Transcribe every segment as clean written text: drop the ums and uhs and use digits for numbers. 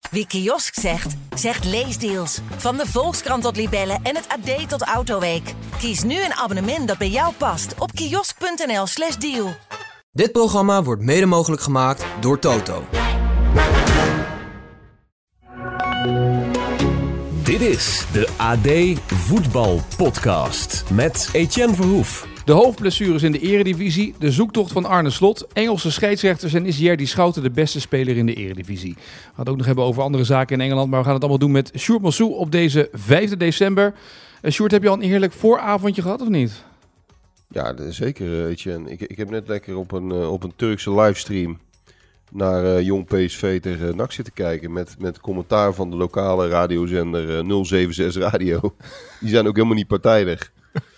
Wie kiosk zegt, zegt leesdeals. Van de Volkskrant tot Libellen en het AD tot Autoweek. Kies nu een abonnement dat bij jou past op kiosk.nl/deal. Dit programma wordt mede mogelijk gemaakt door Toto. Dit is de AD Voetbal Podcast met Etienne Verhoef. De hoofdblessures in de eredivisie, de zoektocht van Arne Slot, Engelse scheidsrechters en is Jerdy Schouten de beste speler in de eredivisie. We gaan het ook nog hebben over andere zaken in Engeland, maar we gaan het allemaal doen met Sjoerd Massou op deze 5 december. Sjoerd, heb je al een heerlijk vooravondje gehad of niet? Ja, zeker Etienne. Ik heb net lekker op een Turkse livestream naar Jong PSV tegen NAC zitten kijken met commentaar van de lokale radiozender 076 Radio. Die zijn ook helemaal niet partijdig.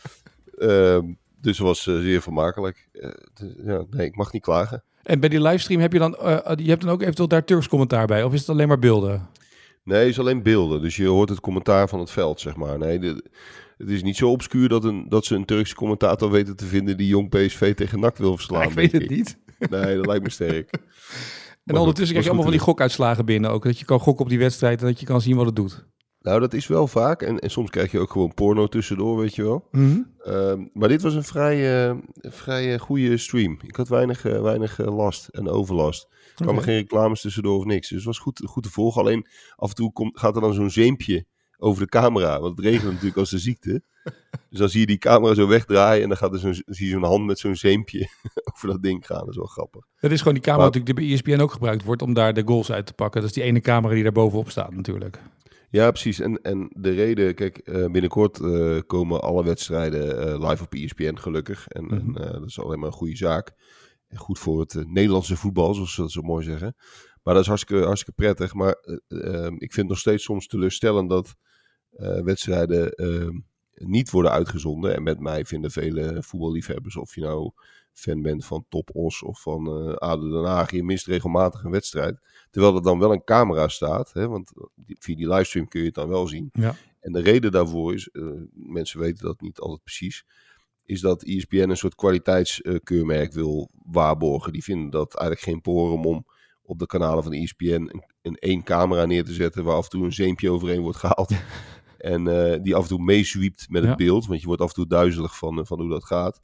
Dus het was zeer vermakelijk. Nee, ik mag niet klagen. En bij die livestream heb je dan, je hebt dan ook eventueel daar Turks commentaar bij? Of is het alleen maar beelden? Nee, het is alleen beelden. Dus je hoort het commentaar van het veld, zeg maar. Nee, het is niet zo obscuur dat ze een Turkse commentator weten te vinden die Jong PSV tegen NAC wil verslaan. Ja, ik weet het niet. Nee, dat lijkt me sterk. En ondertussen krijg je allemaal van die gokuitslagen binnen ook. Dat je kan gokken op die wedstrijd en dat je kan zien wat het doet. Nou, dat is wel vaak. En soms krijg je ook gewoon porno tussendoor, weet je wel. Mm-hmm. Maar dit was een vrij goede stream. Ik had weinig last en overlast. Er kwamen geen reclames tussendoor of niks. Dus het was goed te volgen. Alleen af en toe gaat er dan zo'n zeempje over de camera. Want het regent natuurlijk als de ziekte. Dus dan zie je die camera zo wegdraaien. En dan gaat zie je zo'n hand met zo'n zeempje over dat ding gaan. Dat is wel grappig. Dat is gewoon die camera natuurlijk die bij ESPN ook gebruikt wordt om daar de goals uit te pakken. Dat is die ene camera die daar bovenop staat natuurlijk. Ja, precies. En de reden, kijk, binnenkort komen alle wedstrijden live op ESPN gelukkig. En dat is alleen maar een goede zaak. En goed voor het Nederlandse voetbal, zoals ze dat zo mooi zeggen. Maar dat is hartstikke prettig. Maar ik vind het nog steeds soms teleurstellend dat wedstrijden niet worden uitgezonden. En met mij vinden vele voetballiefhebbers, of je nou fan bent van Top Os of van ADO Den Haag, je mist regelmatig een wedstrijd. Terwijl er dan wel een camera staat, hè, want via die livestream kun je het dan wel zien. Ja. En de reden daarvoor is, mensen weten dat niet altijd precies, is dat ESPN een soort kwaliteitskeurmerk wil waarborgen. Die vinden dat eigenlijk geen porum om op de kanalen van de ESPN een één camera neer te zetten waar af en toe een zeempje overheen wordt gehaald. En die af en toe meezwiept met het beeld, want je wordt af en toe duizelig van hoe dat gaat.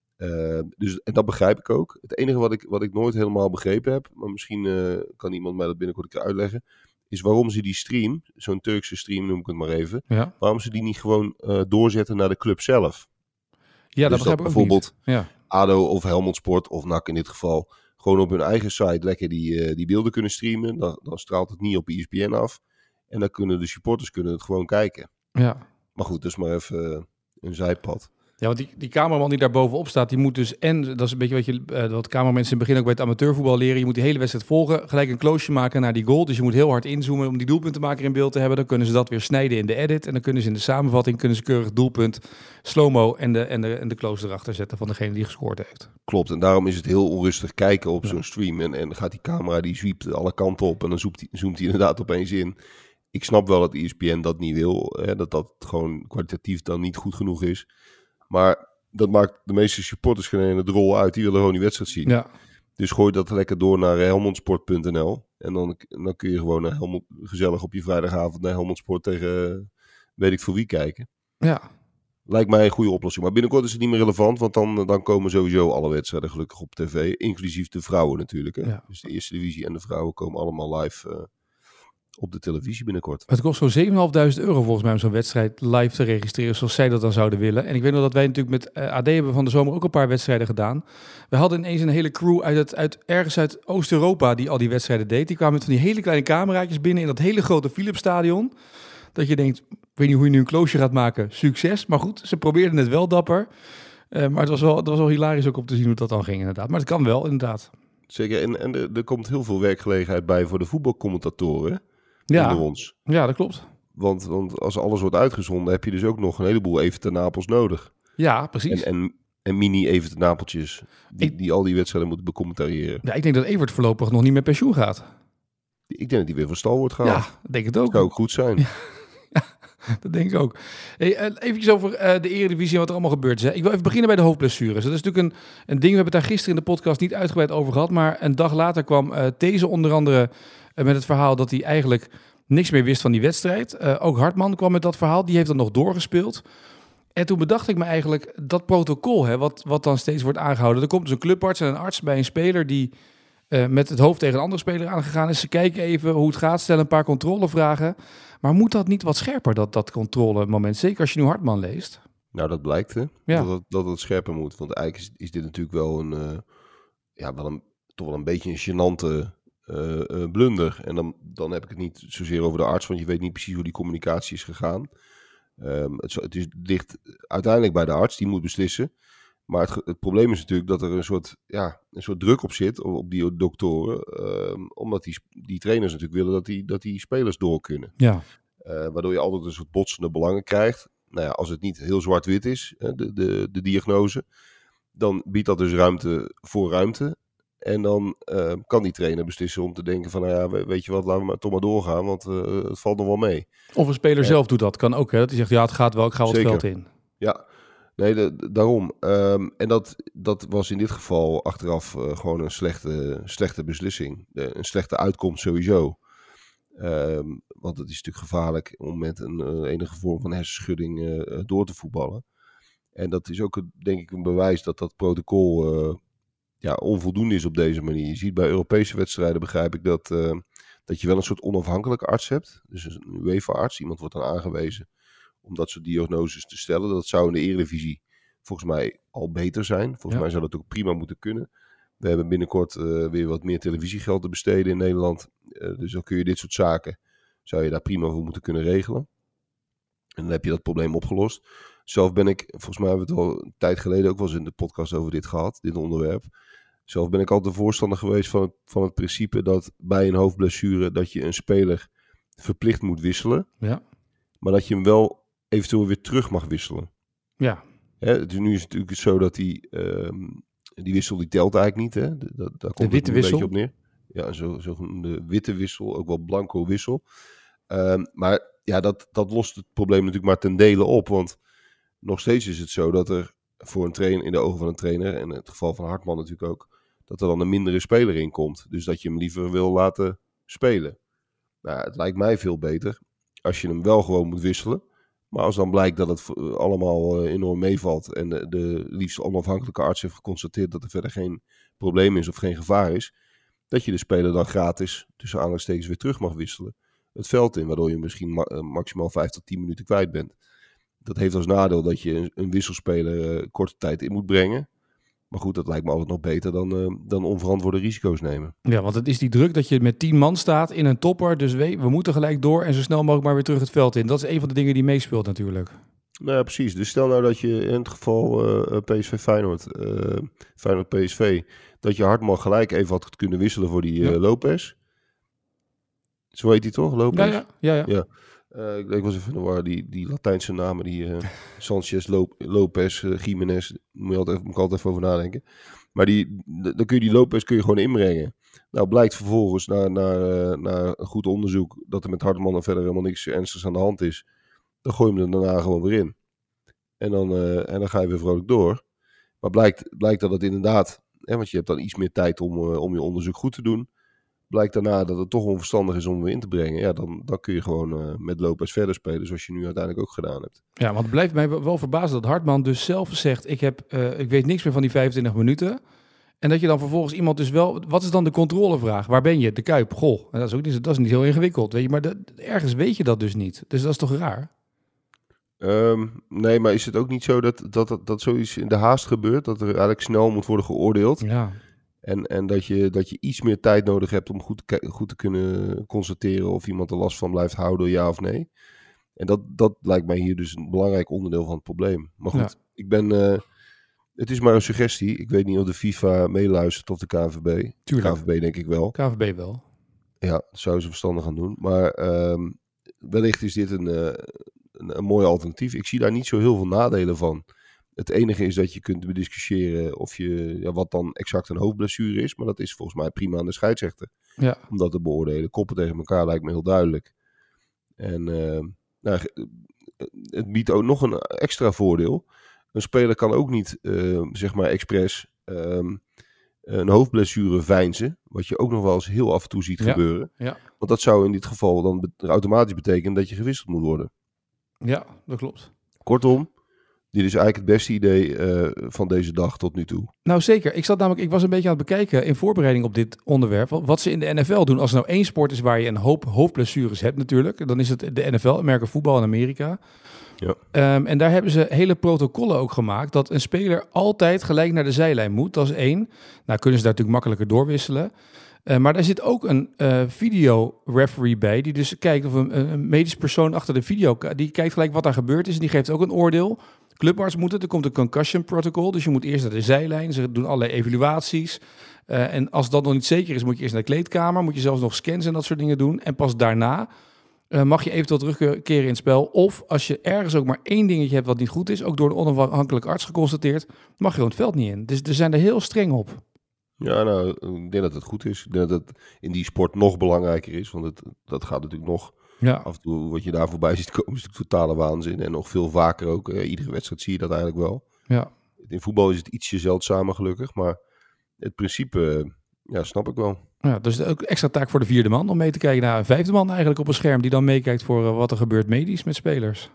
En dat begrijp ik ook. Het enige wat ik nooit helemaal begrepen heb, maar misschien kan iemand mij dat binnenkort een keer uitleggen, is waarom ze die stream, zo'n Turkse stream noem ik het maar even, waarom ze die niet gewoon doorzetten naar de club zelf. Ja, dus dat begrijp ik bijvoorbeeld ook niet. ADO of Helmond Sport of NAC in dit geval gewoon op hun eigen site lekker die beelden kunnen streamen. Dan straalt het niet op ESPN af. En dan kunnen de supporters het gewoon kijken. Ja. Maar goed, dus maar even een zijpad. Ja, want die cameraman die daar bovenop staat, die moet dus, en dat is een beetje wat cameramensen in het begin ook bij het amateurvoetbal leren, je moet die hele wedstrijd volgen, gelijk een closeje maken naar die goal. Dus je moet heel hard inzoomen om die doelpuntenmaker in beeld te hebben. Dan kunnen ze dat weer snijden in de edit en dan kunnen ze in de samenvatting keurig doelpunt, slow-mo en de close erachter zetten van degene die gescoord heeft. Klopt, en daarom is het heel onrustig kijken op zo'n stream. En gaat die camera, die zwiept alle kanten op en dan zoomt hij inderdaad opeens in. Ik snap wel dat ESPN dat niet wil, hè, dat gewoon kwalitatief dan niet goed genoeg is. Maar dat maakt de meeste supporters geen ene rol uit. Die willen gewoon die wedstrijd zien. Ja. Dus gooi dat lekker door naar helmondsport.nl. En dan kun je gewoon gezellig op je vrijdagavond naar Helmond Sport tegen weet ik voor wie kijken. Ja. Lijkt mij een goede oplossing. Maar binnenkort is het niet meer relevant. Want dan komen sowieso alle wedstrijden gelukkig op tv. Inclusief de vrouwen natuurlijk. Hè? Ja. Dus de eerste divisie en de vrouwen komen allemaal live op de televisie binnenkort. Het kost zo'n €7.500 volgens mij om zo'n wedstrijd live te registreren zoals zij dat dan zouden willen. En ik weet nog dat wij natuurlijk met AD hebben van de zomer ook een paar wedstrijden gedaan. We hadden ineens een hele crew ergens uit Oost-Europa die al die wedstrijden deed. Die kwamen met van die hele kleine cameraatjes binnen in dat hele grote Philipsstadion. Dat je denkt, ik weet niet hoe je nu een closeje gaat maken. Succes. Maar goed, ze probeerden het wel dapper. Maar het was wel hilarisch ook om te zien hoe dat dan ging inderdaad. Maar het kan wel inderdaad. Zeker. En er komt heel veel werkgelegenheid bij voor de voetbalcommentatoren. Ja, onder ons. Ja, dat klopt. Want als alles wordt uitgezonden, heb je dus ook nog een heleboel Even ten Napels nodig. Ja, precies. En mini Even ten Napeltjes, die al die wedstrijden moeten becommentariëren. Ja, ik denk dat Evert voorlopig nog niet met pensioen gaat. Ik denk dat hij weer van stal wordt gehaald. Ja, ik denk het ook. Dat zou ook goed zijn. Ja. Dat denk ik ook. Hey, even over de Eredivisie en wat er allemaal gebeurd is. Hè. Ik wil even beginnen bij de hoofdblessures. Dat is natuurlijk een ding, we hebben het daar gisteren in de podcast niet uitgebreid over gehad. Maar een dag later kwam These onder andere met het verhaal dat hij eigenlijk niks meer wist van die wedstrijd. Ook Hartman kwam met dat verhaal, die heeft dat nog doorgespeeld. En toen bedacht ik me eigenlijk dat protocol, hè, wat dan steeds wordt aangehouden. Er komt dus een clubarts en een arts bij een speler die met het hoofd tegen een andere speler aangegaan is. Ze kijken even hoe het gaat, stellen een paar controlevragen. Maar moet dat niet wat scherper, dat controlemoment? Zeker als je nu Hartman leest. Nou, dat blijkt, hè? Ja. Dat het scherper moet. Want eigenlijk is dit natuurlijk wel toch wel een beetje een gênante blunder. En dan heb ik het niet zozeer over de arts, want je weet niet precies hoe die communicatie is gegaan. Het ligt uiteindelijk bij de arts, die moet beslissen. Maar het probleem is natuurlijk dat er een soort druk op zit, op die doktoren. Omdat die trainers natuurlijk willen dat die spelers door kunnen. Ja. Waardoor je altijd een soort botsende belangen krijgt. Nou ja, als het niet heel zwart-wit is, de diagnose, dan biedt dat dus ruimte voor ruimte. En dan kan die trainer beslissen om te denken van, nou ja, weet je wat, laten we toch maar doorgaan, want het valt nog wel mee. Of een speler zelf doet dat, kan ook. Hè? Dat hij zegt, ja, het gaat wel, ik ga wel het Zeker. veld in. Ja, nee, daarom. En dat was in dit geval achteraf gewoon een slechte beslissing. Een slechte uitkomst sowieso. Want het is natuurlijk gevaarlijk om met een enige vorm van hersenschudding door te voetballen. En dat is ook denk ik een bewijs dat protocol onvoldoende is op deze manier. Je ziet bij Europese wedstrijden, begrijp ik, dat je wel een soort onafhankelijke arts hebt. Dus een UEFA-arts, iemand wordt dan aangewezen om dat soort diagnoses te stellen. Dat zou in de Eredivisie volgens mij al beter zijn. Volgens mij zou dat ook prima moeten kunnen. We hebben binnenkort weer wat meer televisiegeld te besteden in Nederland. Dus dan kun je dit soort zaken, zou je daar prima voor moeten kunnen regelen. En dan heb je dat probleem opgelost. Zelf ben ik, volgens mij hebben we het al een tijd geleden ook wel eens in de podcast over dit gehad, dit onderwerp. Zelf ben ik altijd voorstander geweest van het principe dat bij een hoofdblessure dat je een speler verplicht moet wisselen. Ja. Maar dat je hem wel eventueel weer terug mag wisselen. Ja. Nu is het natuurlijk zo dat die wissel die telt eigenlijk niet. Hè? Daar komt witte het wissel? een beetje op neer. Ja, een zogenaamde witte wissel, ook wel blanco wissel. Maar ja, dat lost het probleem natuurlijk maar ten dele op. Want nog steeds is het zo dat er voor een trainer, in de ogen van een trainer, en in het geval van Hartman natuurlijk ook, dat er dan een mindere speler in komt. Dus dat je hem liever wil laten spelen. Nou, het lijkt mij veel beter als je hem wel gewoon moet wisselen. Maar als dan blijkt dat het allemaal enorm meevalt en de liefst onafhankelijke arts heeft geconstateerd dat er verder geen probleem is of geen gevaar is, dat je de speler dan gratis tussen aanhalingstekens weer terug mag wisselen het veld in, waardoor je misschien maximaal 5 tot 10 minuten kwijt bent. Dat heeft als nadeel dat je een wisselspeler korte tijd in moet brengen. Maar goed, dat lijkt me altijd nog beter dan onverantwoorde risico's nemen. Ja, want het is die druk dat je met 10 man staat in een topper. Dus we moeten gelijk door en zo snel mogelijk maar weer terug het veld in. Dat is een van de dingen die meespeelt natuurlijk. Nou ja, precies. Dus stel nou dat je in het geval PSV Feyenoord, Feyenoord PSV, dat je Hartman gelijk even had kunnen wisselen voor die Lopez. Zo heet hij toch, Lopez? Ja. Ik was even in de war, die Latijnse namen, die Sanchez, Lopez, Jiménez, moet ik altijd even over nadenken. Maar dan kun je die Lopez gewoon inbrengen. Nou blijkt vervolgens na een goed onderzoek dat er met Hartman en verder helemaal niks ernstigs aan de hand is. Dan gooi je hem er daarna gewoon weer in. En dan ga je weer vrolijk door. Maar blijkt dat het inderdaad, want je hebt dan iets meer tijd om je onderzoek goed te doen. Blijkt daarna dat het toch onverstandig is om hem weer in te brengen. Ja, dan kun je gewoon met Lopez verder spelen, zoals je nu uiteindelijk ook gedaan hebt. Ja, want het blijft mij wel verbazen dat Hartman dus zelf zegt, ik weet niks meer van die 25 minuten. En dat je dan vervolgens iemand dus wel, wat is dan de controlevraag? Waar ben je? De Kuip, goh. En dat is niet heel ingewikkeld, weet je. Maar ergens weet je dat dus niet. Dus dat is toch raar? Nee, maar is het ook niet zo dat zoiets in de haast gebeurt? Dat er eigenlijk snel moet worden geoordeeld? Ja. En dat je iets meer tijd nodig hebt om goed te kunnen constateren of iemand er last van blijft houden, ja of nee. En dat lijkt mij hier dus een belangrijk onderdeel van het probleem. Maar goed, het is maar een suggestie. Ik weet niet of de FIFA meeluistert of de KNVB. Tuurlijk. KNVB denk ik wel. KNVB wel. Ja, dat zou ze verstandig gaan doen. Maar wellicht is dit een mooi alternatief. Ik zie daar niet zo heel veel nadelen van. Het enige is dat je kunt bediscussiëren of wat dan exact een hoofdblessure is. Maar dat is volgens mij prima aan de scheidsrechter. Ja. Om dat te beoordelen. Koppen tegen elkaar lijkt me heel duidelijk. En Nou, het biedt ook nog een extra voordeel. Een speler kan ook niet, zeg maar, expres een hoofdblessure veinzen. Wat je ook nog wel eens heel af en toe ziet gebeuren. Ja. Want dat zou in dit geval dan automatisch betekenen dat je gewisseld moet worden. Ja, dat klopt. Kortom, dit is eigenlijk het beste idee van deze dag tot nu toe. Nou zeker. Ik was een beetje aan het bekijken in voorbereiding op dit onderwerp. Wat ze in de NFL doen. Als er nou één sport is waar je een hoop hoofdblessures hebt natuurlijk. Dan is het de NFL, American voetbal in Amerika. Ja. En daar hebben ze hele protocollen ook gemaakt. Dat een speler altijd gelijk naar de zijlijn moet. Dat is 1. Nou kunnen ze daar natuurlijk makkelijker doorwisselen. Maar daar zit ook een video-referee bij. Die dus kijkt of een medisch persoon achter de video. Die kijkt gelijk wat daar gebeurd is. En die geeft ook een oordeel. Clubarts moet het. Er komt een concussion protocol. Dus je moet eerst naar de zijlijn. Ze doen allerlei evaluaties. En als dat nog niet zeker is, moet je eerst naar de kleedkamer. Moet je zelfs nog scans en dat soort dingen doen. En pas daarna mag je eventueel terugkeren in het spel. Of als je ergens ook maar één dingetje hebt wat niet goed is, ook door een onafhankelijke arts geconstateerd, mag je gewoon het veld niet in. Dus er zijn er heel streng op. Ja, nou, ik denk dat het goed is. Ik denk dat het in die sport nog belangrijker is. Want dat gaat natuurlijk nog af en toe, wat je daar voorbij ziet komen, is natuurlijk totale waanzin. En nog veel vaker ook. Iedere wedstrijd zie je dat eigenlijk wel. Ja. In voetbal is het ietsje zeldzamer gelukkig. Maar het principe, snap ik wel. Ja, dus ook extra taak voor de 4e man om mee te kijken naar een 5e man eigenlijk op een scherm die dan meekijkt voor wat er gebeurt medisch met spelers.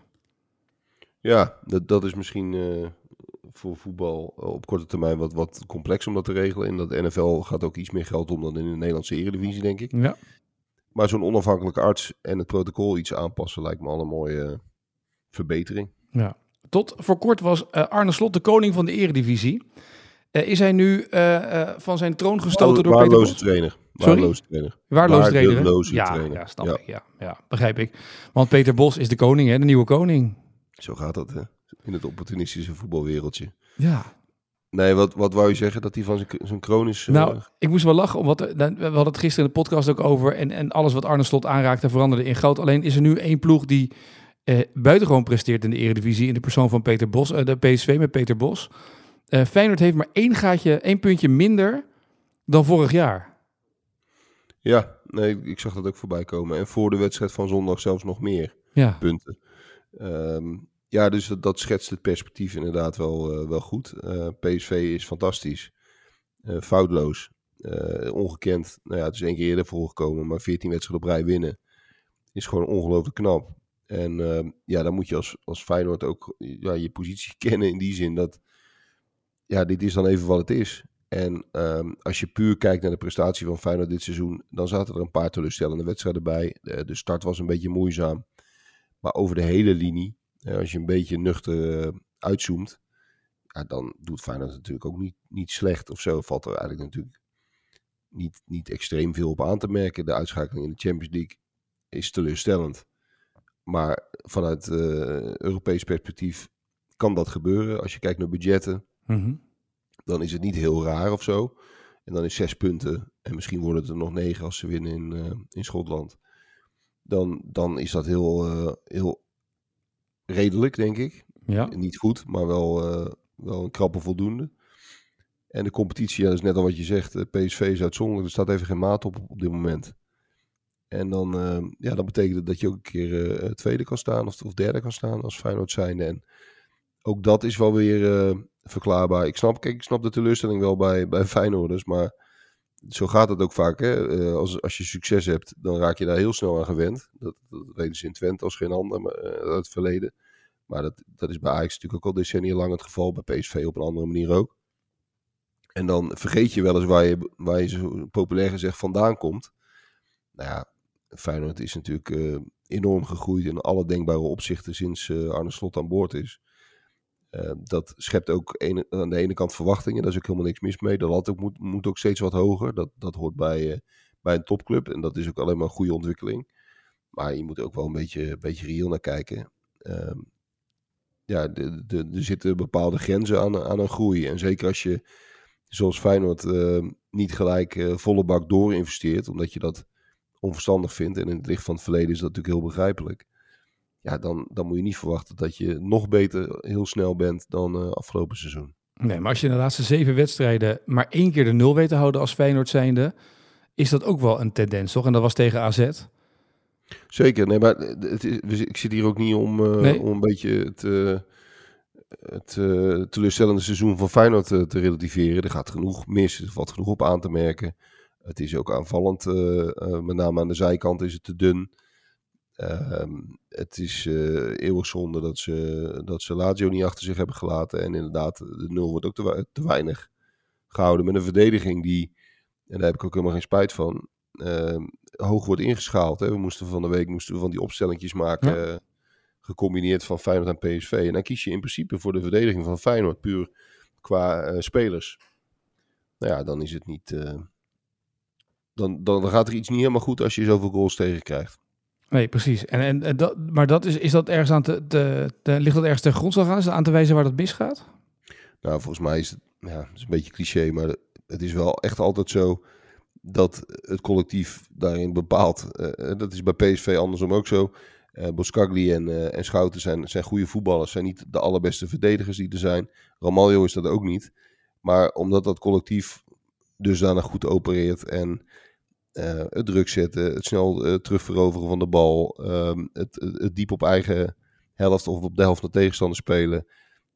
Ja, dat is misschien voor voetbal op korte termijn wat complex om dat te regelen. In dat NFL gaat ook iets meer geld om dan in de Nederlandse Eredivisie, denk ik. Ja. Maar zo'n onafhankelijke arts en het protocol iets aanpassen lijkt me al een mooie verbetering. Ja. Tot voor kort was Arne Slot de koning van de Eredivisie. Is hij nu van zijn troon gestoten door Peter Bos? Trainer. Waardeloze trainer. Waardeloze trainer. Ja, snap ik. Ja, begrijp ik. Want Peter Bos is de koning, hè, de nieuwe koning. Zo gaat dat, hè? In het opportunistische voetbalwereldje. Ja. Nee, wat wou je zeggen? Dat hij van zijn kroon is... Nou, ik moest wel lachen, omdat we hadden het gisteren in de podcast ook over. En alles wat Arne Slot aanraakte veranderde in goud. Alleen is er nu één ploeg die buitengewoon presteert in de Eredivisie. In de persoon van Peter Bos, de PSV met Peter Bos. Feyenoord heeft maar één puntje minder dan vorig jaar. Ja, nee, ik zag dat ook voorbij komen. En voor de wedstrijd van zondag zelfs nog meer punten. Ja, dus dat schetst het perspectief inderdaad wel goed. PSV is fantastisch. Foutloos. Ongekend. Nou ja, het is 1 keer eerder voorgekomen, maar 14 wedstrijden op rij winnen is gewoon ongelooflijk knap. En dan moet je als Feyenoord ook je positie kennen in die zin dat dit is dan even wat het is. En als je puur kijkt naar de prestatie van Feyenoord dit seizoen, dan zaten er een paar teleurstellende wedstrijden bij. De start was een beetje moeizaam. Maar over de hele linie, als je een beetje nuchter uitzoomt, dan doet Feyenoord natuurlijk ook niet slecht of zo. Valt er eigenlijk natuurlijk niet extreem veel op aan te merken. De uitschakeling in de Champions League is teleurstellend. Maar vanuit Europees perspectief kan dat gebeuren. Als je kijkt naar budgetten, dan is het niet heel raar of zo. En dan is 6 punten, en misschien worden het er nog 9 als ze winnen in Schotland. Dan is dat heel redelijk, denk ik. Ja. Niet goed, maar wel een krappe voldoende. En de competitie, dat is net al wat je zegt. PSV is uitzonderlijk, er staat even geen maat op dit moment. En dan betekent het dat je ook een keer tweede kan staan of derde kan staan als Feyenoord zijnde. En ook dat is wel weer verklaarbaar. Ik snap de teleurstelling wel bij Feyenoorders, maar zo gaat het ook vaak. Hè? Als je succes hebt, dan raak je daar heel snel aan gewend. Dat weten ze in Twente als geen ander uit het verleden. Maar dat is bij Ajax natuurlijk ook al decennia lang het geval. Bij PSV op een andere manier ook. En dan vergeet je wel eens waar je zo populair gezegd vandaan komt. Nou ja, Feyenoord is natuurlijk enorm gegroeid in alle denkbare opzichten sinds Arne Slot aan boord is. Dat schept ook aan de ene kant verwachtingen. Daar is ook helemaal niks mis mee. De lat moet ook steeds wat hoger. Dat hoort bij een topclub. En dat is ook alleen maar een goede ontwikkeling. Maar je moet ook wel een beetje reëel naar kijken. Er zitten bepaalde grenzen aan een groei. En zeker als je, zoals Feyenoord, niet gelijk volle bak door investeert. Omdat je dat onverstandig vindt. En in het licht van het verleden is dat natuurlijk heel begrijpelijk. Ja, dan moet je niet verwachten dat je nog beter heel snel bent dan afgelopen seizoen. Nee, maar als je in de laatste 7 wedstrijden maar 1 keer de 0 weet te houden als Feyenoord zijnde, is dat ook wel een tendens, toch? En dat was tegen AZ. Zeker, nee, maar ik zit hier ook niet om een beetje het teleurstellende seizoen van Feyenoord te relativeren. Er gaat genoeg mis, er valt genoeg op aan te merken. Het is ook aanvallend, met name aan de zijkant is het te dun. Het is eeuwig zonde dat ze Lazio niet achter zich hebben gelaten. En inderdaad, de 0 wordt ook te weinig gehouden. Met een verdediging die, en daar heb ik ook helemaal geen spijt van, hoog wordt ingeschaald. Hè. We moesten van de week van die opstellingjes maken, gecombineerd van Feyenoord en PSV. En dan kies je in principe voor de verdediging van Feyenoord, puur qua spelers. Nou ja, dan is het niet... Dan gaat er iets niet helemaal goed als je zoveel goals tegenkrijgt. Nee, precies. Maar is dat ergens ligt dat ergens ten grondslag aan? Is dat aan te wijzen waar dat misgaat? Nou, volgens mij is het, het is een beetje cliché, maar het is wel echt altijd zo dat het collectief daarin bepaalt. Dat is bij PSV andersom ook zo. Boskagli en Schouten zijn goede voetballers, zijn niet de allerbeste verdedigers die er zijn. Ramaljo is dat ook niet. Maar omdat dat collectief dusdanig goed opereert en het druk zetten, het snel terugveroveren van de bal, het diep op eigen helft of op de helft van de tegenstander spelen,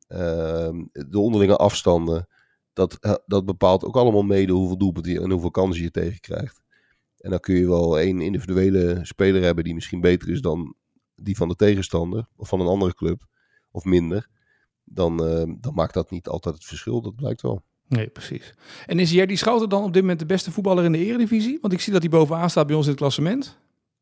de onderlinge afstanden, dat bepaalt ook allemaal mede hoeveel doelpunten en hoeveel kansen je tegenkrijgt. En dan kun je wel één individuele speler hebben die misschien beter is dan die van de tegenstander of van een andere club of minder. Dan maakt dat niet altijd het verschil, dat blijkt wel. Nee, precies. En is Jerdy Schouten dan op dit moment de beste voetballer in de Eredivisie? Want ik zie dat hij bovenaan staat bij ons in het klassement.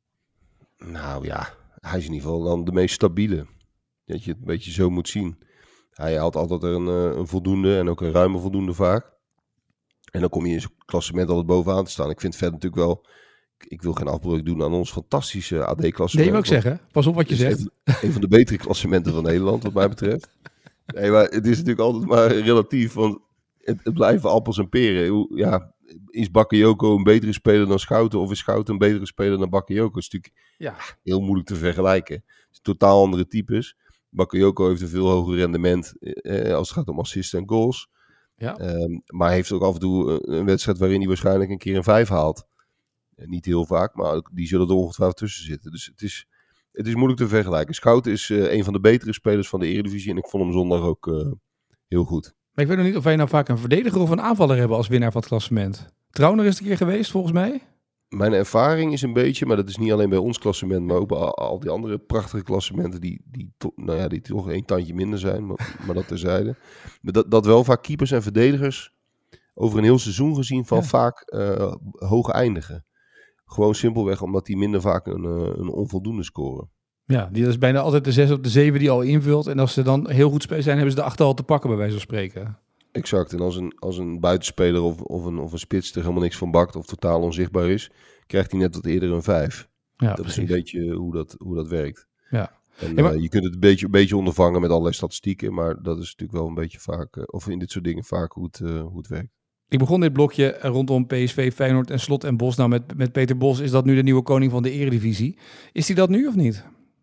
Nou ja, hij is in ieder geval dan de meest stabiele. Dat je het een beetje zo moet zien. Hij had altijd een voldoende en ook een ruime voldoende vaak. En dan kom je in zijn klassement altijd bovenaan te staan. Ik vind verder natuurlijk wel... Ik wil geen afbreuk doen aan ons fantastische AD-klassement. Nee, maar ook zeggen. Pas op wat je zegt. Een van de betere klassementen van Nederland, wat mij betreft. Nee, maar het is natuurlijk altijd maar relatief, want het blijven appels en peren. Ja, is Bakayoko een betere speler dan Schouten? Of is Schouten een betere speler dan Bakayoko? Dat is natuurlijk heel moeilijk te vergelijken. Het is totaal andere types. Bakayoko heeft een veel hoger rendement als het gaat om assists en goals. Ja. Maar heeft ook af en toe een wedstrijd waarin hij waarschijnlijk een keer een 5 haalt. Niet heel vaak, maar die zullen er ongetwijfeld tussen zitten. Dus het is moeilijk te vergelijken. Schouten is een van de betere spelers van de Eredivisie. En ik vond hem zondag ook heel goed. Maar ik weet nog niet of wij nou vaak een verdediger of een aanvaller hebben als winnaar van het klassement. Trouwner is het een keer geweest, volgens mij. Mijn ervaring is een beetje, maar dat is niet alleen bij ons klassement, maar ook bij al die andere prachtige klassementen die toch een tandje minder zijn, maar dat terzijde. Dat wel vaak keepers en verdedigers over een heel seizoen gezien van vaak hoog eindigen. Gewoon simpelweg omdat die minder vaak een onvoldoende scoren. Ja, die is bijna altijd de 6 op de 7 die al invult. En als ze dan heel goed zijn, hebben ze de 8 al te pakken, bij wijze van spreken. Exact. En als een buitenspeler of een spits er helemaal niks van bakt of totaal onzichtbaar is, krijgt hij net wat eerder een 5. Ja, dat is een beetje hoe dat werkt. Ja. En, je kunt het een beetje ondervangen met allerlei statistieken, maar dat is natuurlijk wel een beetje vaak, of in dit soort dingen vaak hoe het werkt. Ik begon dit blokje rondom PSV, Feyenoord en Slot en Bos. Nou, met Peter Bos is dat nu de nieuwe koning van de Eredivisie. Is hij dat nu of niet?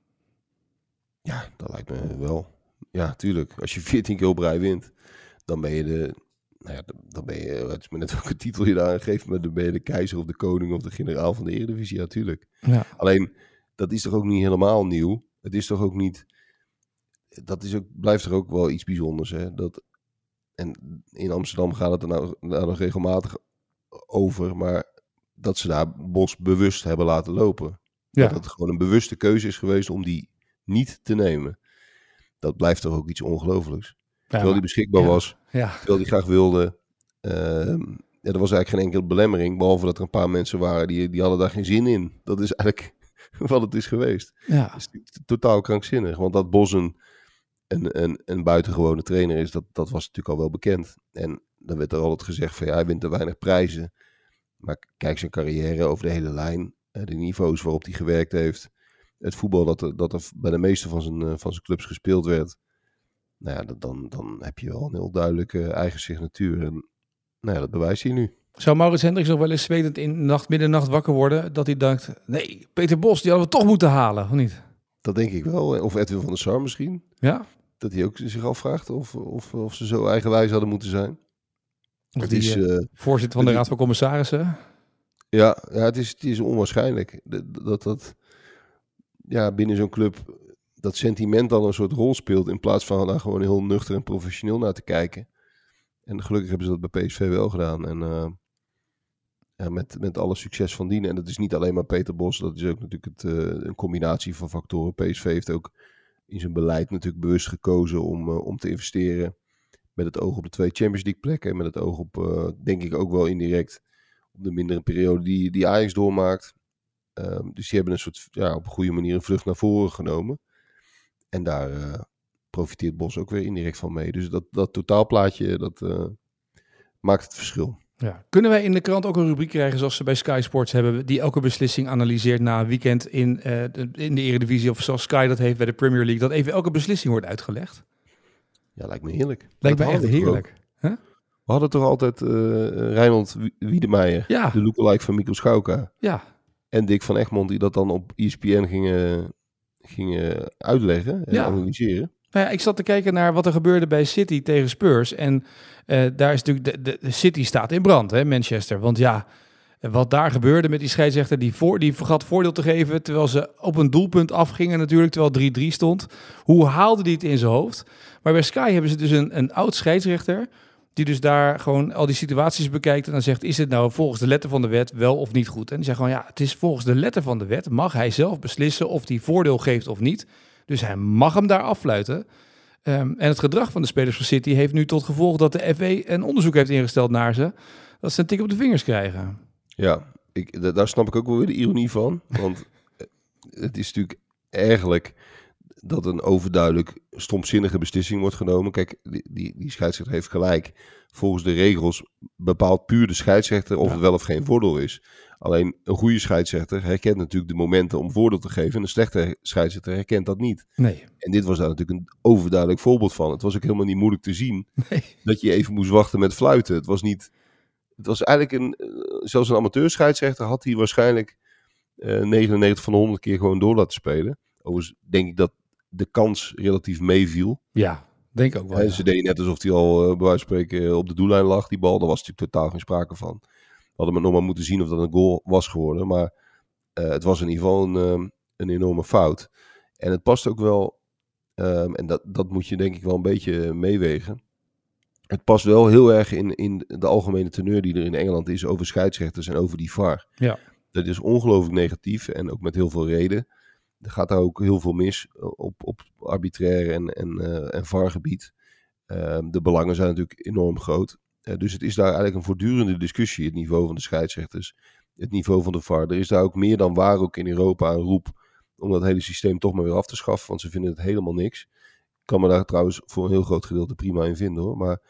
Ja, dat lijkt me wel. Ja, tuurlijk. Als je 14 keer op rij wint, dan ben je het is maar net welke titel je daar geeft, maar dan ben je de keizer of de koning of de generaal van de Eredivisie, ja, tuurlijk. Ja. Alleen, dat is toch ook niet helemaal nieuw? Het is toch ook niet... blijft er ook wel iets bijzonders, hè? En in Amsterdam gaat het er nou nog regelmatig over, maar dat ze daar Bos bewust hebben laten lopen. Ja. Dat het gewoon een bewuste keuze is geweest om die niet te nemen. Dat blijft toch ook iets ongelooflijks. Terwijl die beschikbaar was, terwijl die graag wilde. Er was eigenlijk geen enkele belemmering, behalve dat er een paar mensen waren die hadden daar geen zin in. Dat is eigenlijk wat het is geweest. Ja. Het is totaal krankzinnig, want dat Bos een buitengewone trainer is, dat was natuurlijk al wel bekend. En dan werd er altijd gezegd van hij wint te weinig prijzen. Maar kijk zijn carrière over de hele lijn, de niveaus waarop hij gewerkt heeft, het voetbal dat er bij de meeste van zijn clubs gespeeld werd. Nou ja, dan heb je wel een heel duidelijke eigen signatuur. En nou ja, dat bewijst hij nu. Zou Maurits Hendricks nog wel eens zwetend middernacht wakker worden, dat hij dacht, nee, Peter Bos, die hadden we toch moeten halen, of niet? Dat denk ik wel. Of Edwin van der Sar misschien. Ja. Dat hij ook zich afvraagt of ze zo eigenwijs hadden moeten zijn. Of het is voorzitter van de Raad van Commissarissen. Ja, het is onwaarschijnlijk binnen zo'n club dat sentiment dan een soort rol speelt in plaats van daar gewoon heel nuchter en professioneel naar te kijken. En gelukkig hebben ze dat bij PSV wel gedaan. En met alle succes van dien. En dat is niet alleen maar Peter Bos, dat is ook natuurlijk een combinatie van factoren. PSV heeft ook in zijn beleid natuurlijk bewust gekozen om te investeren met het oog op de 2 Champions League plekken. En met het oog op, denk ik ook wel indirect, op de mindere periode die Ajax doormaakt. Dus die hebben een soort, op een goede manier een vlucht naar voren genomen. En daar profiteert Bos ook weer indirect van mee. Dus dat totaalplaatje, dat maakt het verschil. Ja. Kunnen wij in de krant ook een rubriek krijgen zoals ze bij Sky Sports hebben, die elke beslissing analyseert na een weekend in de Eredivisie, of zoals Sky dat heeft bij de Premier League, dat even elke beslissing wordt uitgelegd? Ja, lijkt me heerlijk. Lijkt me echt heerlijk. Huh? We hadden toch altijd Reinhold Wiedemeijer, de lookalike van Mikkel Schauka. Ja. En Dick van Egmond, die dat dan op ESPN gingen uitleggen en analyseren. Nou ja, ik zat te kijken naar wat er gebeurde bij City tegen Spurs. En daar is natuurlijk de City staat in brand, hè, Manchester. Want ja, wat daar gebeurde met die scheidsrechter, die vergat voordeel te geven, terwijl ze op een doelpunt afgingen natuurlijk, terwijl 3-3 stond. Hoe haalde die het in zijn hoofd? Maar bij Sky hebben ze dus een oud scheidsrechter, die dus daar gewoon al die situaties bekijkt en dan zegt, is het nou volgens de letter van de wet wel of niet goed? En die zegt gewoon, het is volgens de letter van de wet, mag hij zelf beslissen of hij voordeel geeft of niet. Dus hij mag hem daar affluiten. En het gedrag van de spelers van City heeft nu tot gevolg dat de FA een onderzoek heeft ingesteld naar ze, dat ze een tik op de vingers krijgen. Ja, daar snap ik ook wel weer de ironie van. Want het is natuurlijk eigenlijk dat een overduidelijk stomzinnige beslissing wordt genomen. Kijk, die scheidsrechter heeft gelijk. Volgens de regels bepaalt puur de scheidsrechter of het wel of geen voordeel is. Alleen een goede scheidsrechter herkent natuurlijk de momenten om voordeel te geven. En een slechte scheidsrechter herkent dat niet. Nee. En dit was daar natuurlijk een overduidelijk voorbeeld van. Het was ook helemaal niet moeilijk te zien dat je even moest wachten met fluiten. Het was eigenlijk zelfs een amateurscheidsrechter had hij waarschijnlijk 99 van de 100 keer gewoon door laten spelen. Overigens denk ik dat de kans relatief meeviel. Ja, denk ook wel. En ze deden net alsof hij al bij wijze van spreken op de doellijn lag, die bal. Daar was natuurlijk totaal geen sprake van. We hadden nog maar moeten zien of dat een goal was geworden. Maar het was in ieder geval een enorme fout. En het past ook wel, en dat moet je denk ik wel een beetje meewegen. Het past wel heel erg in de algemene teneur die er in Engeland is over scheidsrechters en over die VAR. Ja. Dat is ongelooflijk negatief en ook met heel veel reden. Er gaat daar ook heel veel mis op arbitrair en VAR-gebied. De belangen zijn natuurlijk enorm groot. Dus het is daar eigenlijk een voortdurende discussie, het niveau van de scheidsrechters, het niveau van de VAR. Er is daar ook meer dan waar ook in Europa een roep om dat hele systeem toch maar weer af te schaffen, want ze vinden het helemaal niks. Ik kan me daar trouwens voor een heel groot gedeelte prima in vinden hoor. Maar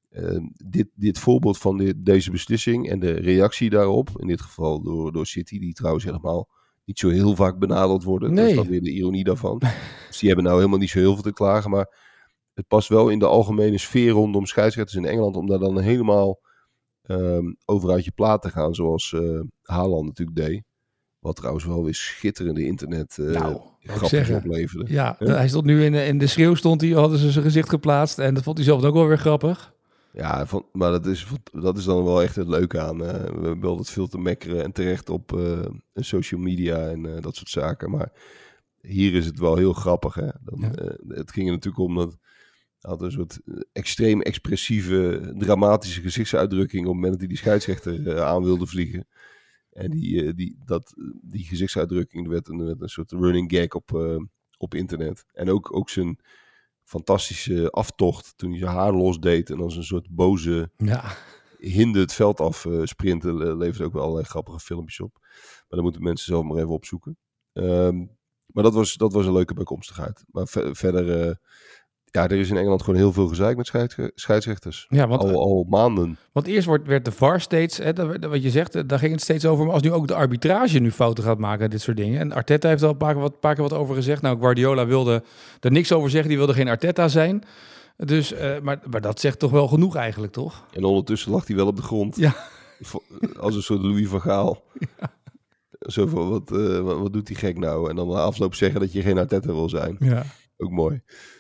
dit voorbeeld van deze beslissing en de reactie daarop, in dit geval door City, die trouwens helemaal niet zo heel vaak benaderd worden. Nee. Dat is dan weer de ironie daarvan. Dus die hebben nou helemaal niet zo heel veel te klagen, maar het past wel in de algemene sfeer rondom scheidsrechters in Engeland om daar dan helemaal over uit je plaat te gaan, zoals Haaland natuurlijk deed. Wat trouwens wel weer schitterende internet grapjes opleverde. Ja, hij stond nu in de schreeuw, hadden ze zijn gezicht geplaatst en dat vond hij zelf ook wel weer grappig. Ja, maar dat is dan wel echt het leuke aan. We hebben altijd veel te mekkeren en terecht op social media en dat soort zaken. Maar hier is het wel heel grappig. Hè? Het ging er natuurlijk om dat had een soort extreem expressieve, dramatische gezichtsuitdrukking op het moment dat hij die scheidsrechter aan wilde vliegen. En die gezichtsuitdrukking werd een soort running gag op internet. En ook zijn fantastische aftocht toen hij zijn haar losdeed en als een soort boze hinde het veld af sprinten, levert ook wel allerlei grappige filmpjes op. Maar dan moeten mensen zelf maar even opzoeken. Maar dat was een leuke bijkomstigheid. Maar verder, er is in Engeland gewoon heel veel gezeik met scheidsrechters. Ja, al maanden. Want eerst werd de VAR steeds, wat je zegt, daar ging het steeds over. Maar als nu ook de arbitrage nu fouten gaat maken, dit soort dingen. En Arteta heeft al een paar keer wat over gezegd. Nou, Guardiola wilde er niks over zeggen. Die wilde geen Arteta zijn. Dus, maar dat zegt toch wel genoeg eigenlijk, toch? En ondertussen lag hij wel op de grond. Ja. Als een soort Louis van Gaal. Ja. Zo van, wat doet die gek nou? En dan na afloop zeggen dat je geen Arteta wil zijn. Ja. Ook mooi.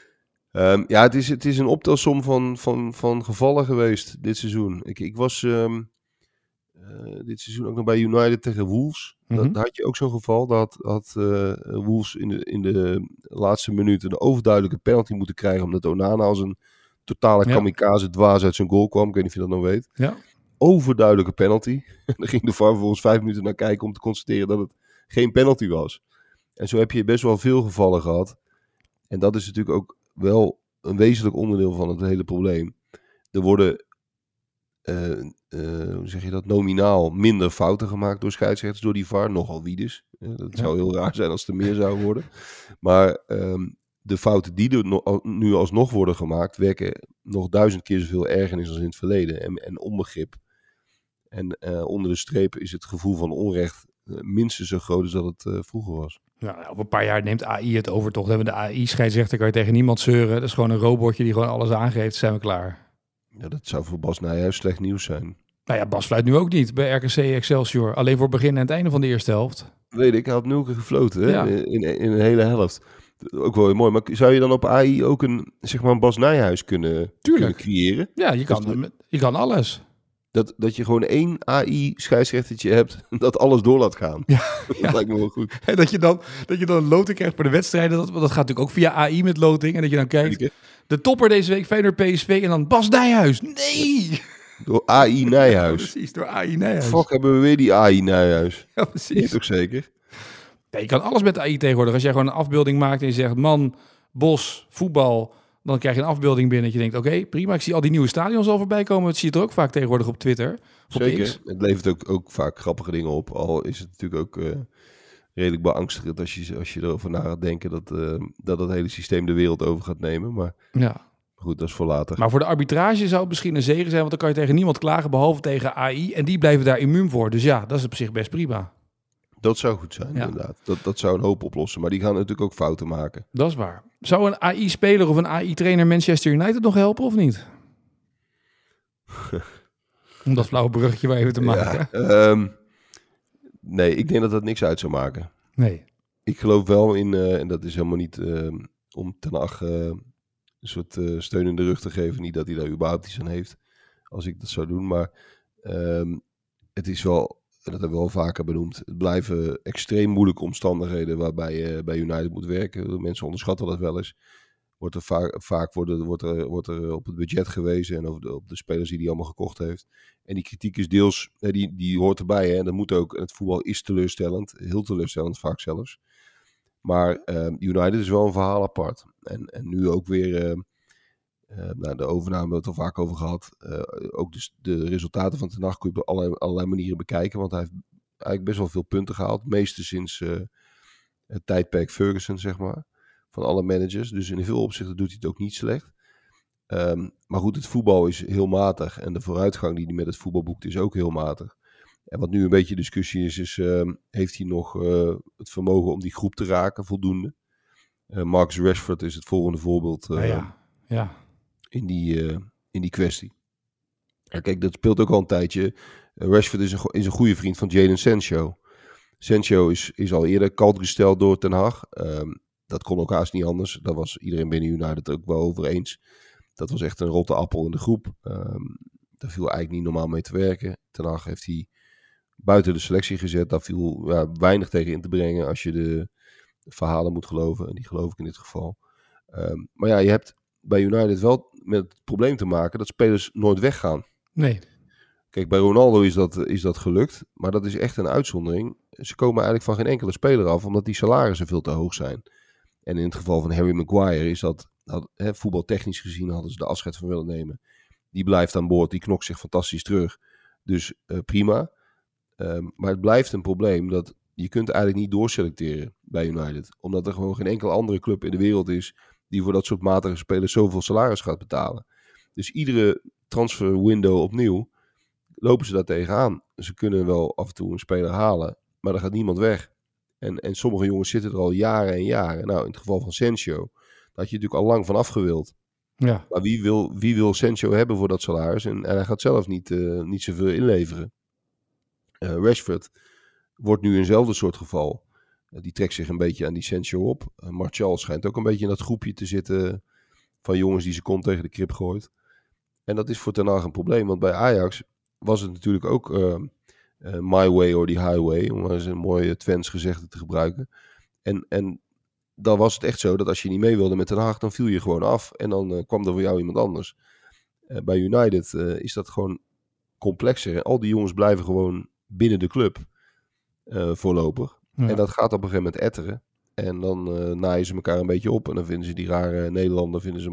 Het is een optelsom van gevallen geweest dit seizoen. Ik was dit seizoen ook nog bij United tegen Wolves. Mhm. Daar had je ook zo'n geval. Dat had Wolves in de laatste minuut een overduidelijke penalty moeten krijgen. Omdat Onana als een totale kamikaze dwaas uit zijn goal kwam. Ik weet niet of je dat nog weet. Ja. Overduidelijke penalty. Daar ging de VAR vervolgens 5 minuten naar kijken om te constateren dat het geen penalty was. En zo heb je best wel veel gevallen gehad. En dat is natuurlijk ook wel een wezenlijk onderdeel van het hele probleem. Er worden, hoe zeg je dat, nominaal minder fouten gemaakt door scheidsrechters, door die VAR. Nogal wie dus. Dat zou heel raar zijn als er meer zou worden. Maar de fouten die er nu alsnog worden gemaakt, wekken nog 1000 keer zoveel ergernis als in het verleden. En onbegrip. En onder de streep is het gevoel van onrecht minstens zo groot als dat het vroeger was. Nou, over een paar jaar neemt AI het over, toch? Dan hebben we de AI-scheidsrechter, kan je tegen niemand zeuren. Dat is gewoon een robotje die gewoon alles aangeeft, zijn we klaar. Ja, dat zou voor Bas Nijhuis slecht nieuws zijn. Nou ja, Bas fluit nu ook niet bij RKC Excelsior. Alleen voor het begin en het einde van de eerste helft. Weet ik, hij had 0 keer gefloten hè? Ja. In een hele helft. Ook wel heel mooi. Maar zou je dan op AI ook een Bas Nijhuis kunnen creëren? Ja, je kan alles. Dat je gewoon 1 AI-scheidsrechtertje hebt dat alles door laat gaan. Ja, Dat lijkt me wel goed. En dat je dan een loting krijgt voor de wedstrijden. Dat gaat natuurlijk ook via AI met loting. En dat je dan kijkt, de topper deze week, Feyenoord PSV. En dan Bas Nijhuis. Nee! Door AI Nijhuis. Precies, door AI Nijhuis. Fuck, hebben we weer die AI Nijhuis. Ja, Is precies. ook zeker? Ja, je kan alles met de AI tegenwoordig. Als jij gewoon een afbeelding maakt en je zegt man, bos, voetbal, dan krijg je een afbeelding binnen dat je denkt, oké, prima. Ik zie al die nieuwe stadions al voorbij komen. Dat zie je er ook vaak tegenwoordig op Twitter. Zeker. X. Het levert ook vaak grappige dingen op. Al is het natuurlijk ook redelijk beangstigend als je erover na gaat denken dat hele systeem de wereld over gaat nemen. Maar Ja. goed, dat is voor later. Maar voor de arbitrage zou het misschien een zegen zijn, want dan kan je tegen niemand klagen, behalve tegen AI. En die blijven daar immuun voor. Dus ja, dat is op zich best prima. Dat zou goed zijn, Ja. inderdaad. Dat zou een hoop oplossen. Maar die gaan natuurlijk ook fouten maken. Dat is waar. Zou een AI-speler of een AI-trainer Manchester United nog helpen of niet? Om dat flauwe bruggetje maar even te maken. Ja, nee, ik denk dat dat niks uit zou maken. Nee. Ik geloof wel in, en dat is helemaal niet om Ten Hag een soort steun in de rug te geven. Niet dat hij daar überhaupt iets aan heeft, als ik dat zou doen. Maar het is wel, en dat hebben we al vaker benoemd, het blijven extreem moeilijke omstandigheden waarbij je bij United moet werken. Mensen onderschatten dat wel eens. Wordt er op het budget gewezen en op de spelers die hij allemaal gekocht heeft. En die kritiek is deels, die hoort erbij. Hè? En dat moet ook. Het voetbal is teleurstellend. Heel teleurstellend vaak zelfs. Maar United is wel een verhaal apart. En nu ook weer, de overname hebben we het al vaak over gehad. Ook dus de resultaten van Ten Hag kun je op allerlei manieren bekijken. Want hij heeft eigenlijk best wel veel punten gehaald. Het meeste sinds het tijdperk Ferguson, zeg maar. Van alle managers. Dus in veel opzichten doet hij het ook niet slecht. Maar goed, het voetbal is heel matig. En de vooruitgang die hij met het voetbal boekt is ook heel matig. En wat nu een beetje discussie is heeft hij nog het vermogen om die groep te raken, voldoende? Marcus Rashford is het volgende voorbeeld in die kwestie. Ja, kijk, dat speelt ook al een tijdje. Rashford is een goede vriend van Jadon Sancho. Sancho is al eerder kalt gesteld door Ten Hag. Dat kon ook haast niet anders. Daar was iedereen binnen United ook wel over eens. Dat was echt een rotte appel in de groep. Daar viel eigenlijk niet normaal mee te werken. Ten Hag heeft hij buiten de selectie gezet. Daar viel weinig tegen in te brengen als je de verhalen moet geloven. En die geloof ik in dit geval. Maar ja, je hebt bij United wel met het probleem te maken dat spelers nooit weggaan. Nee. Kijk, bij Ronaldo is dat gelukt. Maar dat is echt een uitzondering. Ze komen eigenlijk van geen enkele speler af, omdat die salarissen veel te hoog zijn. En in het geval van Harry Maguire is dat, voetbaltechnisch gezien hadden ze de afscheid van willen nemen. Die blijft aan boord, die knokt zich fantastisch terug. Dus prima. Maar het blijft een probleem dat je kunt eigenlijk niet doorselecteren bij United. Omdat er gewoon geen enkele andere club in de wereld is die voor dat soort matige spelers zoveel salaris gaat betalen. Dus iedere transfer window opnieuw lopen ze daar tegenaan. Ze kunnen wel af en toe een speler halen, maar er gaat niemand weg. En sommige jongens zitten er al jaren en jaren. Nou, in het geval van Sancho, daar had je natuurlijk al lang van afgewild. Ja. Maar wie wil Sancho hebben voor dat salaris? En hij gaat zelf niet zoveel inleveren. Rashford wordt nu eenzelfde soort geval. Die trekt zich een beetje aan die Sancho op. Martial schijnt ook een beetje in dat groepje te zitten van jongens die zijn kont tegen de krip gooit. En dat is voor Ten Hag een probleem. Want bij Ajax was het natuurlijk ook My way or the highway, om maar eens een mooie Twents gezegde te gebruiken. En dan was het echt zo dat als je niet mee wilde met Den Haag, dan viel je gewoon af. En dan kwam er voor jou iemand anders. Bij United is dat gewoon complexer. En al die jongens blijven gewoon binnen de club voorlopig. Ja. En dat gaat op een gegeven moment etteren. En dan naaien ze elkaar een beetje op. En dan vinden ze die rare Nederlander vinden ze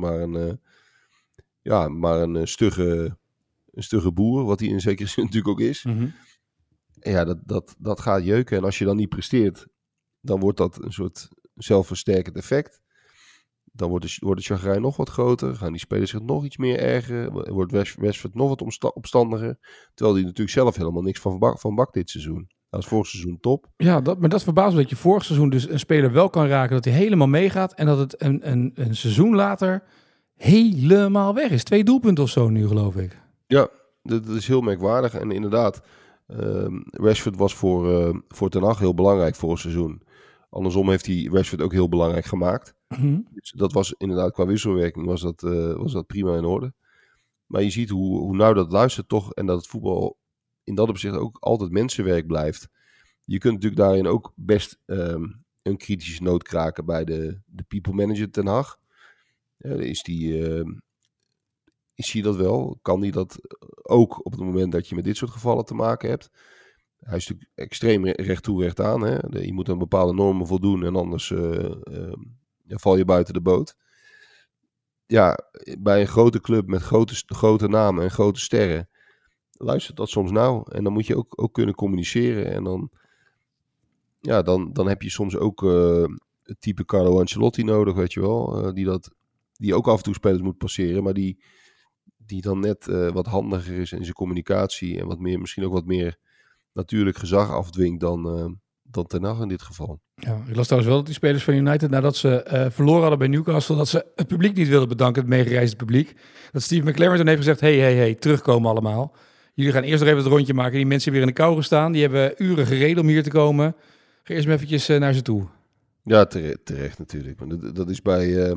maar een stugge boer. Wat hij in zekere zin natuurlijk ook is. Mm-hmm. En ja, dat gaat jeuken. En als je dan niet presteert, dan wordt dat een soort zelfversterkend effect. Dan wordt de chagrijn nog wat groter. Gaan die spelers zich nog iets meer ergeren. Wordt Rashford nog wat opstandiger. Terwijl hij natuurlijk zelf helemaal niks van bakt dit seizoen. Dat was vorig seizoen top. Ja, maar dat verbaast me dat je vorig seizoen dus een speler wel kan raken. Dat hij helemaal meegaat. En dat het een seizoen later helemaal weg is. 2 doelpunten of zo nu, geloof ik. Ja, dat is heel merkwaardig. En inderdaad, Rashford was voor Ten Hag heel belangrijk vorig seizoen. Andersom heeft hij Rashford ook heel belangrijk gemaakt. Mm-hmm. Dus dat was inderdaad qua wisselwerking was dat prima in orde. Maar je ziet hoe nauw dat luistert toch. En dat het voetbal in dat opzicht ook altijd mensenwerk blijft. Je kunt natuurlijk daarin ook best een kritische noot kraken bij de people manager Ten Hag. Is hij dat wel? Kan hij dat ook op het moment dat je met dit soort gevallen te maken hebt? Hij is natuurlijk extreem recht toe recht aan. Hè? Je moet aan bepaalde normen voldoen en anders val je buiten de boot. Ja, bij een grote club met grote namen en grote sterren luistert dat soms nauw. En dan moet je ook kunnen communiceren. En dan heb je soms ook het type Carlo Ancelotti nodig, weet je wel. Die ook af en toe spelers moet passeren, maar die dan net wat handiger is in zijn communicatie. En misschien ook wat meer natuurlijk gezag afdwingt dan Ten Hag in dit geval. Ja, ik las trouwens wel dat die spelers van United, nadat ze verloren hadden bij Newcastle, dat ze het publiek niet wilden bedanken, het meegereisde publiek. Dat Steve McLaren toen heeft gezegd, hey, terugkomen allemaal. Jullie gaan eerst nog even het rondje maken. Die mensen weer in de kou gestaan. Die hebben uren gereden om hier te komen. Ga eerst maar eventjes naar ze toe. Ja, terecht natuurlijk. Maar dat is bij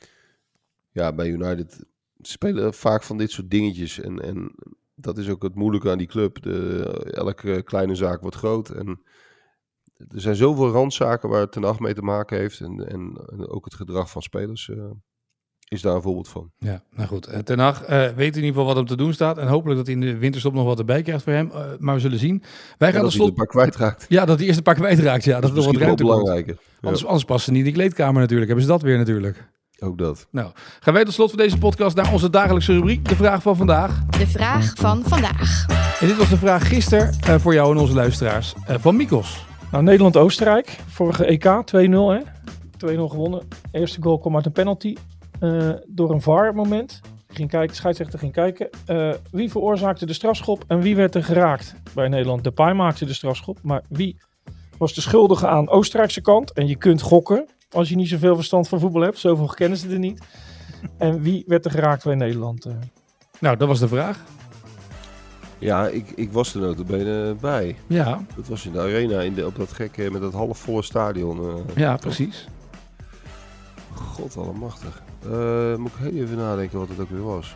United spelen vaak van dit soort dingetjes. En dat is ook het moeilijke aan die club. Elke kleine zaak wordt groot. En er zijn zoveel randzaken waar Ten Hag mee te maken heeft. En ook het gedrag van spelers is daar een voorbeeld van. Ja, nou goed. Ten Hag weet in ieder geval wat hem te doen staat. En hopelijk dat hij in de winterstop nog wat erbij krijgt voor hem. Maar we zullen zien. Wij gaan dat hij een paar kwijtraakt. Ja, dat hij eerst een paar kwijtraakt. Ja, dat is nog wat ruimte. Belangrijker. Ja. Anders passen ze niet in de kleedkamer natuurlijk. Hebben ze dat weer natuurlijk. Ook dat. Nou, gaan wij tot slot van deze podcast naar onze dagelijkse rubriek. De vraag van vandaag. De vraag van vandaag. En dit was de vraag gisteren voor jou en onze luisteraars van Mikos. Nou, Nederland-Oostenrijk. Vorige EK 2-0 hè. 2-0 gewonnen. Eerste goal kwam uit een penalty. Door een VAR-moment. Scheidsrechter ging kijken. Wie veroorzaakte de strafschop en wie werd er geraakt? Bij Nederland, Depay maakte de strafschop. Maar wie was de schuldige aan Oostenrijkse kant? En je kunt gokken als je niet zoveel verstand van voetbal hebt. Zoveel kennen ze er niet. En wie werd er geraakt bij Nederland? Nou, dat was de vraag. Ja, ik was er notabene bij. Ja. Dat was in de arena, op dat gekke met dat halfvolle stadion. Ja, precies. God allemachtig. Moet ik heel even nadenken wat het ook weer was.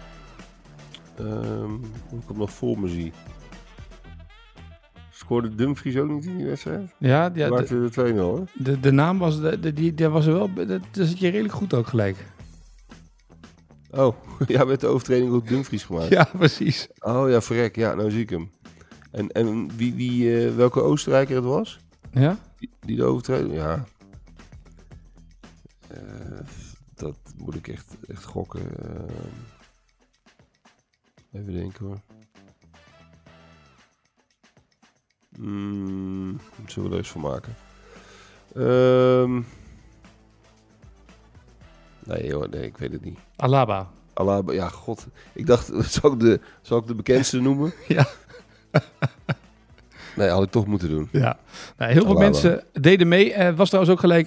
Ik kom nog voor me zie. Scoorde Dumfries ook niet in die wedstrijd? Ja, maakte de 2-0 hoor. De naam was, die was er wel, daar zit je redelijk goed ook gelijk. Oh, ja, met de overtreding op Dumfries gemaakt. Ja, precies. Oh ja, verrek. Ja, nou zie ik hem. En welke Oostenrijker het was? Ja? Die de overtreding, ja. Dat moet ik echt gokken. Even denken hoor. Zullen we er eens van maken? Nee, ik weet het niet. Alaba, ja, god. Ik dacht, zal ik de bekendste noemen? Ja. Nee, had ik toch moeten doen. Ja. Nou, heel veel mensen deden mee. Was trouwens ook gelijk...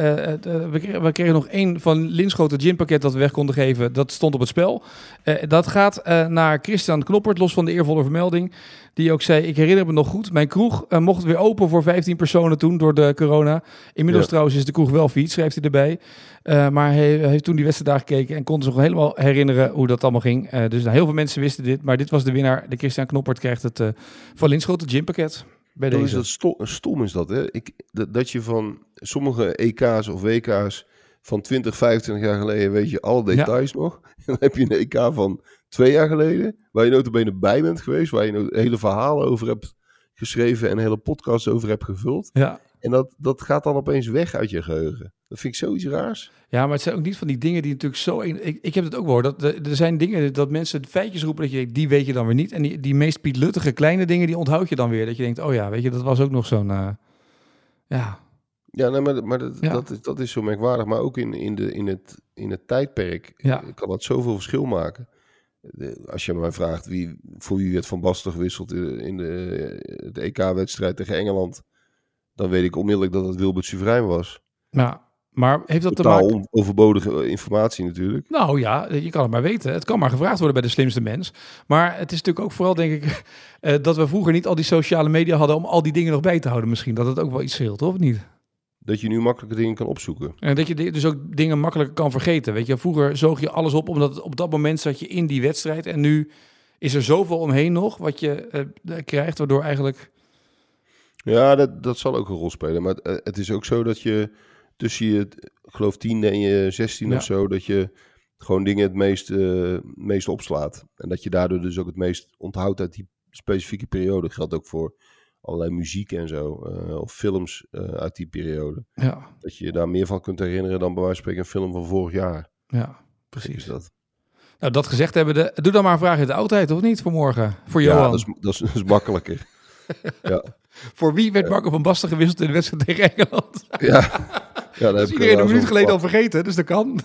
we kregen nog 1 van Linschoten ginpakket dat we weg konden geven. Dat stond op het spel. Dat gaat naar Christian Knoppert, los van de eervolle vermelding. Die ook zei, ik herinner me nog goed. Mijn kroeg mocht weer open voor 15 personen toen door de corona. Inmiddels trouwens is de kroeg wel failliet, schrijft hij erbij. Maar hij heeft toen die wedstrijd daar gekeken en kon zich nog helemaal herinneren hoe dat allemaal ging. Dus heel veel mensen wisten dit. Maar dit was de winnaar. De Christian Knoppert krijgt het van Linschoten ginpakket. Bij deze. Is dat stom is dat, hè? Dat je van sommige EK's of WK's van 20, 25 jaar geleden weet je alle details nog. En dan heb je een EK van 2 jaar geleden, waar je notabene bij bent geweest, waar je hele verhalen over hebt geschreven en hele podcasts over hebt gevuld. Ja. En dat gaat dan opeens weg uit je geheugen. Dat vind ik zoiets raars. Ja, maar het zijn ook niet van die dingen die natuurlijk zo... Ik heb het ook wel. Er zijn dingen dat mensen feitjes roepen dat je denkt, die weet je dan weer niet. En die meest pietluttige kleine dingen, die onthoud je dan weer. Dat je denkt, oh ja, weet je, dat was ook nog zo'n... Ja, nee, maar dat is zo merkwaardig. Maar ook in het tijdperk kan dat zoveel verschil maken. Als je mij vraagt voor wie werd Van Basten gewisseld in de EK-wedstrijd tegen Engeland, dan weet ik onmiddellijk dat het Wilbert Soeverein was. Ja, maar heeft dat totaal te maken... overbodige informatie natuurlijk. Nou ja, je kan het maar weten. Het kan maar gevraagd worden bij de slimste mens. Maar het is natuurlijk ook vooral, denk ik, dat we vroeger niet al die sociale media hadden om al die dingen nog bij te houden misschien. Dat het ook wel iets scheelt, of niet? Dat je nu makkelijke dingen kan opzoeken. En dat je dus ook dingen makkelijker kan vergeten. Weet je, vroeger zoog je alles op, omdat op dat moment zat je in die wedstrijd. En nu is er zoveel omheen nog wat je krijgt, waardoor eigenlijk... Ja, dat zal ook een rol spelen. Maar het is ook zo dat je tussen je, ik geloof 10e en je 16e of zo, dat je gewoon dingen het meest opslaat. En dat je daardoor dus ook het meest onthoudt uit die specifieke periode. Dat geldt ook voor allerlei muziek en zo. Of films uit die periode. Ja. Dat je daar meer van kunt herinneren dan bij wijze van spreken een film van vorig jaar. Ja, precies. Is dat. Nou, dat gezegd hebben, doe dan maar een vraag in de oudheid, of niet, voor morgen? Voor Johan. Ja, dat is makkelijker. Ja. Voor wie werd Marco van Basten gewisseld in de wedstrijd tegen Engeland? Ja, dat is iedereen een minuut geleden al vergeten, dus dat kan.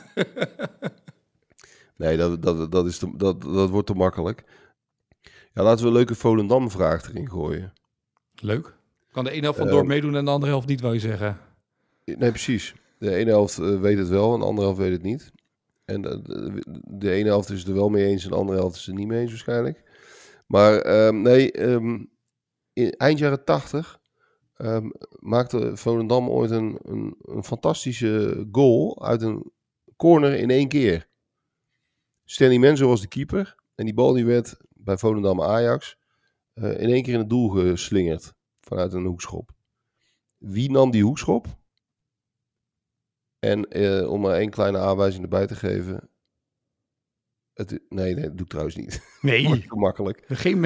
Nee, dat wordt te makkelijk. Ja, laten we een leuke Volendam-vraag erin gooien. Leuk. Kan de ene helft van Dorp meedoen en de andere helft niet, wil je zeggen? Nee, precies. De ene helft weet het wel en de andere helft weet het niet. En de ene helft is het er wel mee eens en de andere helft is het er niet mee eens waarschijnlijk. Maar in eind jaren 80 maakte Volendam ooit een fantastische goal uit een corner in 1 keer. Stanley Menzo was de keeper en die bal die werd bij Volendam Ajax in 1 keer in het doel geslingerd vanuit een hoekschop. Wie nam die hoekschop? En om maar 1 kleine aanwijzing erbij te geven. Nee, dat doe ik trouwens niet. Nee. Dat is te makkelijk. Geen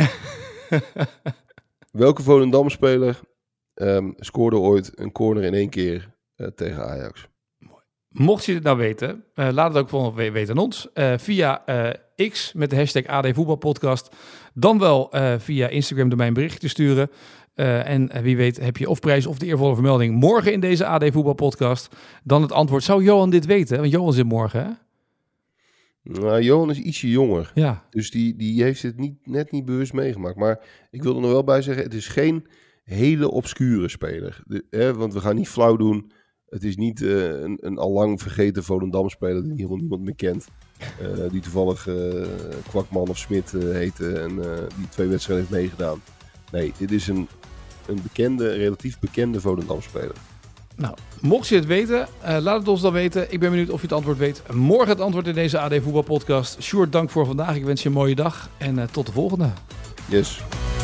Welke Volendam-speler scoorde ooit een corner in 1 keer tegen Ajax? Mocht je het nou weten, laat het ook volgende week weten aan ons. Via X met de hashtag AD Voetbalpodcast. Dan wel via Instagram door mij een berichtje te sturen. En wie weet heb je of prijs of de eervolle vermelding morgen in deze AD Voetbalpodcast. Dan het antwoord. Zou Johan dit weten? Want Johan zit morgen, hè? Nou, Johan is ietsje jonger. Ja. Dus die heeft het net niet bewust meegemaakt. Maar ik wil er nog wel bij zeggen, het is geen hele obscure speler. Want we gaan niet flauw doen. Het is niet een allang vergeten Volendam-speler die helemaal niemand meer kent. Die toevallig Kwakman of Smit heette en die 2 wedstrijden heeft meegedaan. Nee, dit is een relatief bekende Volendam-speler. Nou, mocht je het weten, laat het ons dan weten. Ik ben benieuwd of je het antwoord weet. Morgen het antwoord in deze AD Voetbalpodcast. Sjoerd, dank voor vandaag. Ik wens je een mooie dag en tot de volgende. Yes.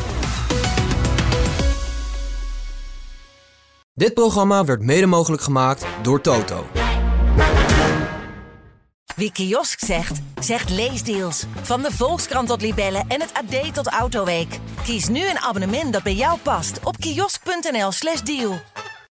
Dit programma werd mede mogelijk gemaakt door Toto. Wie kiosk zegt, zegt leesdeals. Van de Volkskrant tot Libellen en het AD tot Autoweek. Kies nu een abonnement dat bij jou past op kiosk.nl/deal.